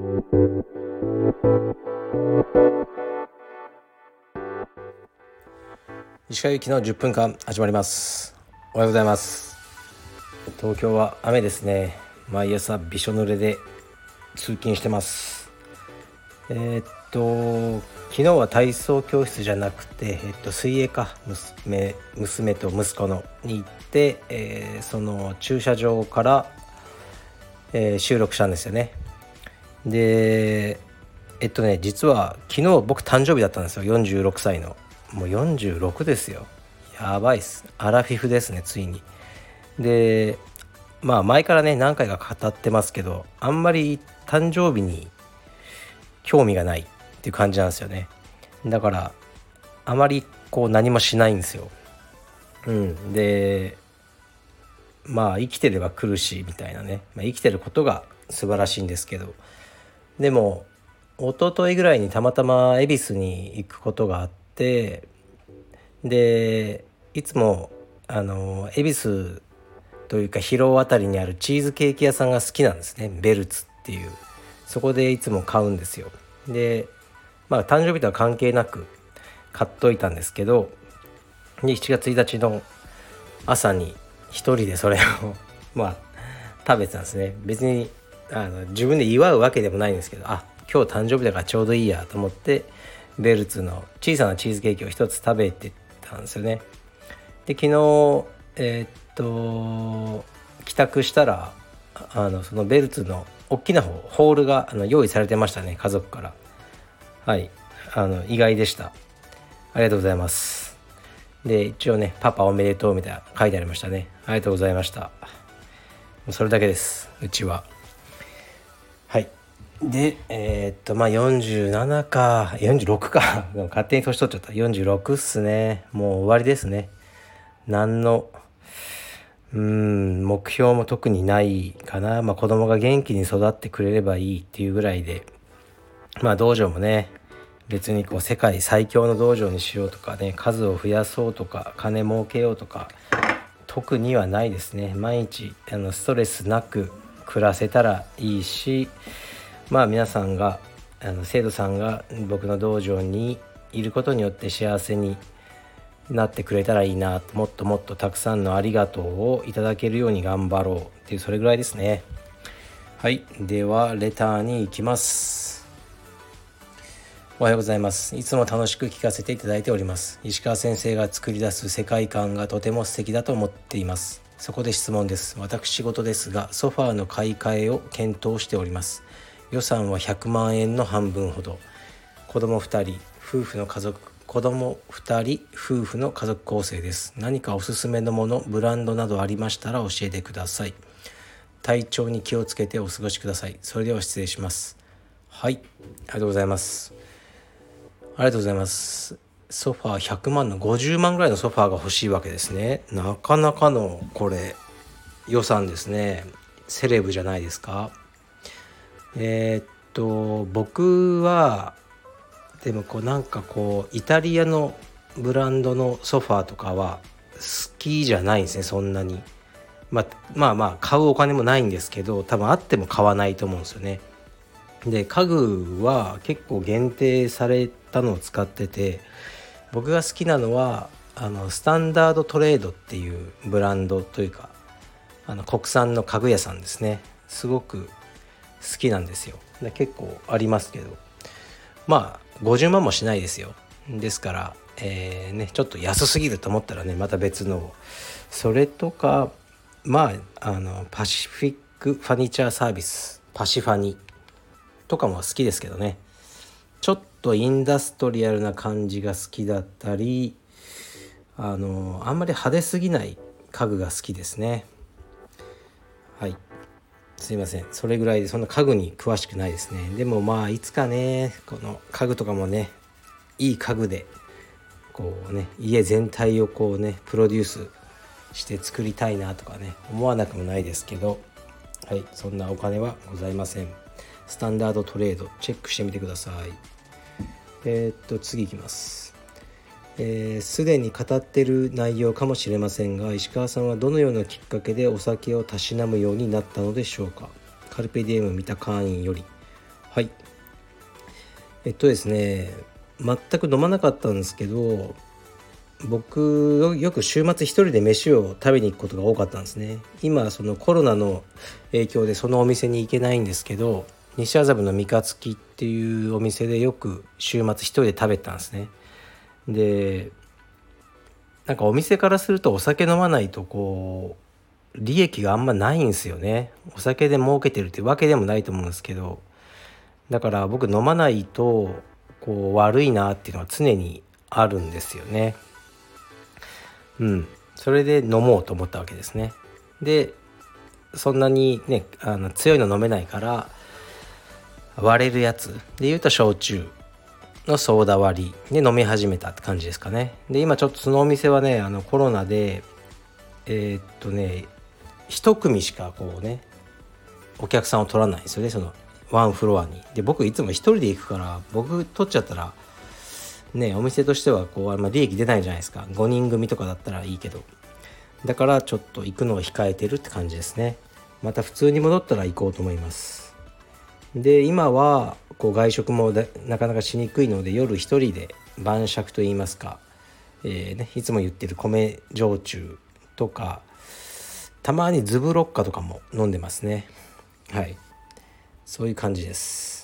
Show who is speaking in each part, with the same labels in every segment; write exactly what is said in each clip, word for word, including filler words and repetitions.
Speaker 1: 石川由紀のじゅっぷんかん始まります。おはようございます。東京は雨ですね。毎朝びしょ濡れで通勤してます。えー、っと昨日は体操教室じゃなくて、えっと、水泳か 娘, 娘と息子のに行って、えー、その駐車場から、えー、収録したんですよね。でえっとね実は昨日僕誕生日だったんですよ。よんじゅうろくさいの、もうよんじゅうろくですよ。やばいっす。アラフィフですね、ついに。でまあ前からね何回か語ってますけど、あんまり誕生日に興味がないっていう感じなんですよね。だからあまりこう何もしないんですよ。うんでまあ生きてれば来るしみたいなね、まあ、生きてることが素晴らしいんですけど、でも一昨日ぐらいにたまたま恵比寿に行くことがあって、でいつもあの恵比寿というか広尾あたりにあるチーズケーキ屋さんが好きなんですね。ベルツっていう、そこでいつも買うんですよ。でまあ誕生日とは関係なく買っといたんですけど、でしちがつついたちの朝に一人でそれをまあ食べてたんですね。別にあの自分で祝うわけでもないんですけど、あ今日誕生日だからちょうどいいやと思ってベルツの小さなチーズケーキを一つ食べてたんですよね。で昨日えー、っと帰宅したらあのそのベルツの大きな方ホールがあの用意されてましたね、家族から。はいあの意外でした。ありがとうございます。で一応ねパパおめでとうみたいな書いてありましたね。ありがとうございました。それだけです、うちは。はいでえー、っとまあよんじゅうななかよんじゅうろくか勝手に年取っちゃった。よんじゅうろくっすね。もう終わりですね。何のうーん目標も特にないかな。まあ子供が元気に育ってくれればいいっていうぐらいで、まあ道場もね別にこう世界最強の道場にしようとかね、数を増やそうとか金儲けようとか特にはないですね。毎日あのストレスなく暮らせたらいいし、まあ皆さんがあの生徒さんが僕の道場にいることによって幸せになってくれたらいいなと、もっともっとたくさんのありがとうをいただけるように頑張ろうっていう、それぐらいですね。はい、ではレターに行きます。おはようございます。いつも楽しく聞かせていただいております。石川先生が作り出す世界観がとても素敵だと思っています。そこで質問です。私事ですが、ソファーの買い替えを検討しております。予算はひゃくまんえんの半分ほど。子供ふたり、夫婦の家族子供ふたり夫婦の家族構成です。何かおすすめのもの、ブランドなどありましたら教えてください。体調に気をつけてお過ごしください。それでは失礼します。はい、ありがとうございます。ありがとうございます。ソファーひゃくまんのごじゅうまんぐらいのソファーが欲しいわけですね。なかなかのこれ予算ですね。セレブじゃないですか。えー、っと僕はでもこうなんかこうイタリアのブランドのソファーとかは好きじゃないんですね、そんなに。まあまあまあ買うお金もないんですけど、多分あっても買わないと思うんですよね。で家具は結構限定されたのを使ってて、僕が好きなのはあのスタンダードトレードっていうブランドというか、あの国産の家具屋さんですね。すごく好きなんですよ。で結構ありますけど、まあごじゅうまんもしないですよ。ですから、えーね、ちょっと安すぎると思ったらねまた別のを。それとかまああのパシフィックファニチャーサービス、パシファニとかも好きですけどね。ちょっとインダストリアルな感じが好きだったり、あのあんまり派手すぎない家具が好きですね。はい、すいません、それぐらいで、そんな家具に詳しくないですね。でもまあいつかねこの家具とかもね、いい家具でこうね家全体をこうねプロデュースして作りたいなとかね思わなくもないですけど、はい、そんなお金はございません。スタンダードトレードチェックしてみてください。えー、っと次いきます。えー、すでに語っている内容かもしれませんが、石川さんはどのようなきっかけでお酒をたしなむようになったのでしょうか。カルペディエム見た会員より。ははい。えっとですね全く飲まなかったんですけど、僕よく週末一人で飯を食べに行くことが多かったんですね。今そのコロナの影響でそのお店に行けないんですけど、西麻布の三日月っていうお店でよく週末一人で食べてたんですね。でなんかお店からするとお酒飲まないとこう利益があんまないんですよね。お酒で儲けてるってわけでもないと思うんですけど、だから僕飲まないとこう悪いなっていうのは常にあるんですよね。うん、それで飲もうと思ったわけですね。でそんなにねあの強いの飲めないから割れるやつで言うと焼酎のソーダ割りで飲み始めたって感じですかね。で今ちょっとそのお店はねあのコロナでえーっとね一組しかこうねお客さんを取らないんですよね、そのワンフロアに。で僕いつも一人で行くから僕取っちゃったらねお店としてはこうあんま利益出ないじゃないですか。ごにん組とかだったらいいけど、だからちょっと行くのを控えてるって感じですね。また普通に戻ったら行こうと思います。で今はこう外食もなかなかしにくいので夜一人で晩酌といいますか、えーね、いつも言ってる米焼酎とかたまにズブロッカとかも飲んでますね。はい、そういう感じです。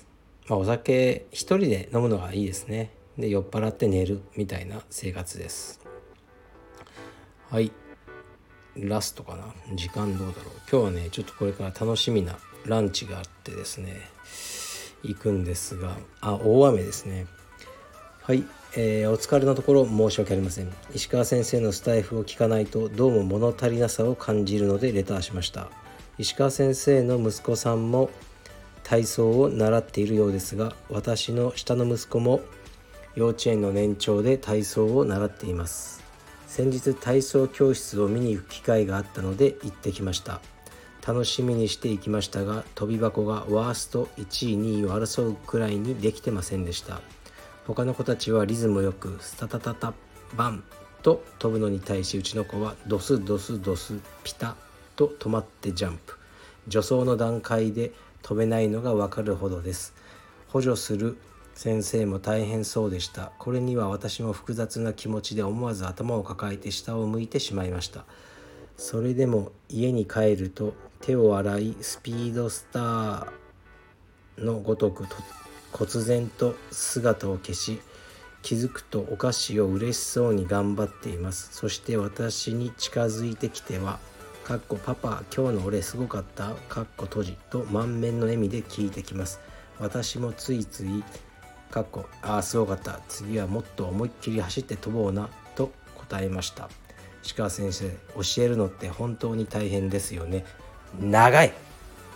Speaker 1: まあ、お酒一人で飲むのがいいですね。で酔っ払って寝るみたいな生活です。はい、ラストかな。時間どうだろう。今日はねちょっとこれから楽しみなランチがあってですね行くんですが、あ大雨ですね。はい、えー、お疲れのところ申し訳ありません。石川先生のスタイフを聞かないとどうも物足りなさを感じるのでレターしました。石川先生の息子さんも体操を習っているようですが、私の下の息子も幼稚園の年長で体操を習っています。先日体操教室を見に行く機会があったので行ってきました。楽しみにしていきましたが、跳び箱がワーストいちいにいを争うくらいにできてませんでした。他の子たちはリズムよくスタタタタバンと飛ぶのに対し、うちの子はドスドスドスピタと止まってジャンプ。助走の段階で飛べないのがわかるほどです。補助する先生も大変そうでした。これには私も複雑な気持ちで思わず頭を抱えて下を向いてしまいました。それでも家に帰ると手を洗いスピードスターのごとくと忽然と姿を消し、気づくとお菓子を嬉しそうに頑張っています。そして私に近づいてきてはかっこパパ今日の俺すごかったかっこ閉じと満面の笑みで聞いてきます。私もついついかっこああすごかった次はもっと思いっきり走って飛ぼうなと答えました。石川先生、教えるのって本当に大変ですよね。長い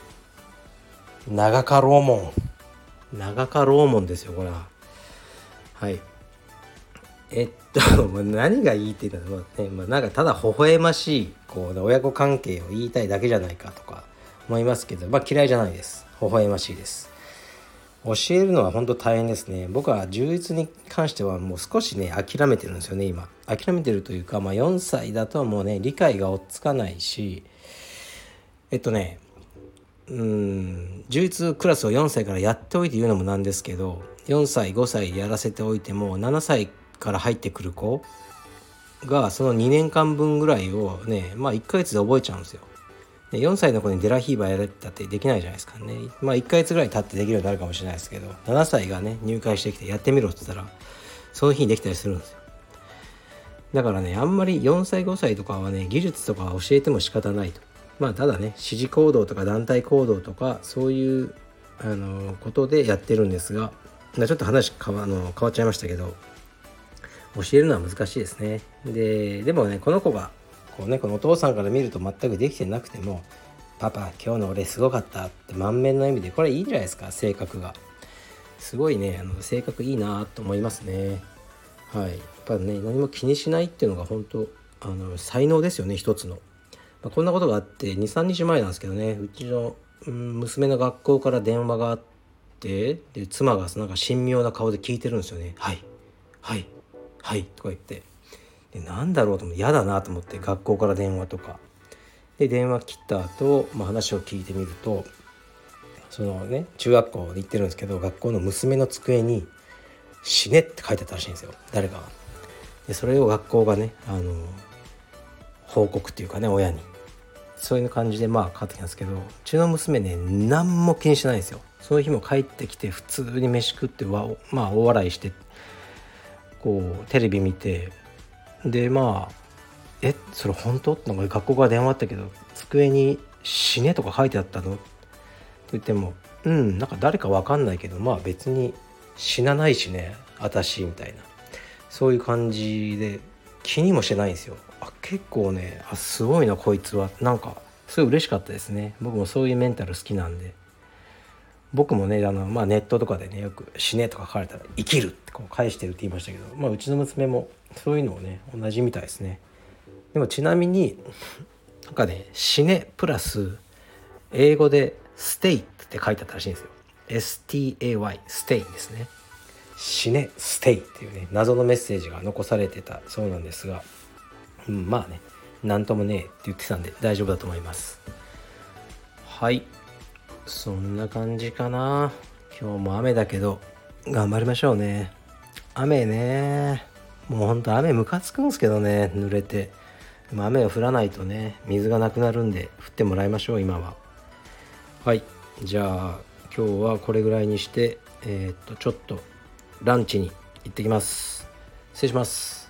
Speaker 1: 長かろうもん長かろうもんですよこれは。はい、えっと何がいいって言ったら、ねまあ、なんかただ微笑ましいこう親子関係を言いたいだけじゃないかとか思いますけど、まあ嫌いじゃないです。微笑ましいです。教えるのは本当大変ですね。僕は充実に関してはもう少しね諦めてるんですよね。今諦めてるというか、まあ、よんさいだともうね理解が追っつかないし、えっとねうーん充実クラスをよんさいからやっておいて言うのもなんですけど、よんさいごさいやらせておいてもななさいから入ってくる子がそのにねんかんぶんぐらいをねまあいっかげつで覚えちゃうんですよ。よんさいの子にデラヒーバーやれたってできないじゃないですかね。まあいっかげつぐらい経ってできるようになるかもしれないですけど、ななさいがね入会してきてやってみろって言ったらその日にできたりするんですよ。だからねあんまりよんさいごさいとかはね技術とか教えても仕方ないと。まあただね指示行動とか団体行動とかそういうあのことでやってるんですが、ちょっと話変わあの変わっちゃいましたけど、教えるのは難しいですね。ででもねこの子がこうねこのお父さんから見ると全くできてなくても、パパ今日の俺すごかったって満面の笑みで、これいいんじゃないですか。性格がすごいねあの性格いいなと思いますね。はい、やっぱね何も気にしないっていうのが本当あの才能ですよね、一つの。まあ、こんなことがあって にさんにちまえなんですけどね、うちの、うん、娘の学校から電話があって、で妻がなんか神妙な顔で聞いてるんですよね。はいはいはいとか言って、でなんだろうと思って嫌だなと思って、学校から電話とかで電話切った後、まあ、話を聞いてみると、 そのね中学校に行ってるんですけど、学校の娘の机に死ねって書いてあったらしいんですよ、誰かが。でそれを学校がねあの報告っていうかね、親にそういう感じでまあかかってきたんですけど、うちの娘ね何も気にしてないんですよ。そういう日も帰ってきて普通に飯食ってわまあ大笑いしてこうテレビ見て、でまあえそれ本当ってのが学校から電話あったけど、机に死ねとか書いてあったのって言っても、うんなんか誰かわかんないけどまあ別に死なないしね私みたいな、そういう感じで気にもしてないんですよ。あ結構ねあすごいなこいつは、なんかすごい嬉しかったですね。僕もそういうメンタル好きなんで。僕もねあの、まあ、ネットとかでねよく死ねとか書かれたら生きるってこう返してるって言いましたけど、まあ、うちの娘もそういうのをね同じみたいですね。でもちなみになんかね死ねプラス英語で stay って書いてあったらしいんですよ。 エスティーエーワイ stay ですね。死ね stay っていうね謎のメッセージが残されてたそうなんですが、うん、まあねなんともねえって言ってたんで大丈夫だと思います。はい、そんな感じかな。今日も雨だけど頑張りましょうね。雨ね、もうほんと雨ムカつくんすけどね、濡れて。でも雨が降らないとね水がなくなるんで降ってもらいましょう今は。はい、じゃあ今日はこれぐらいにしてえー、っとちょっとランチに行ってきます。失礼します。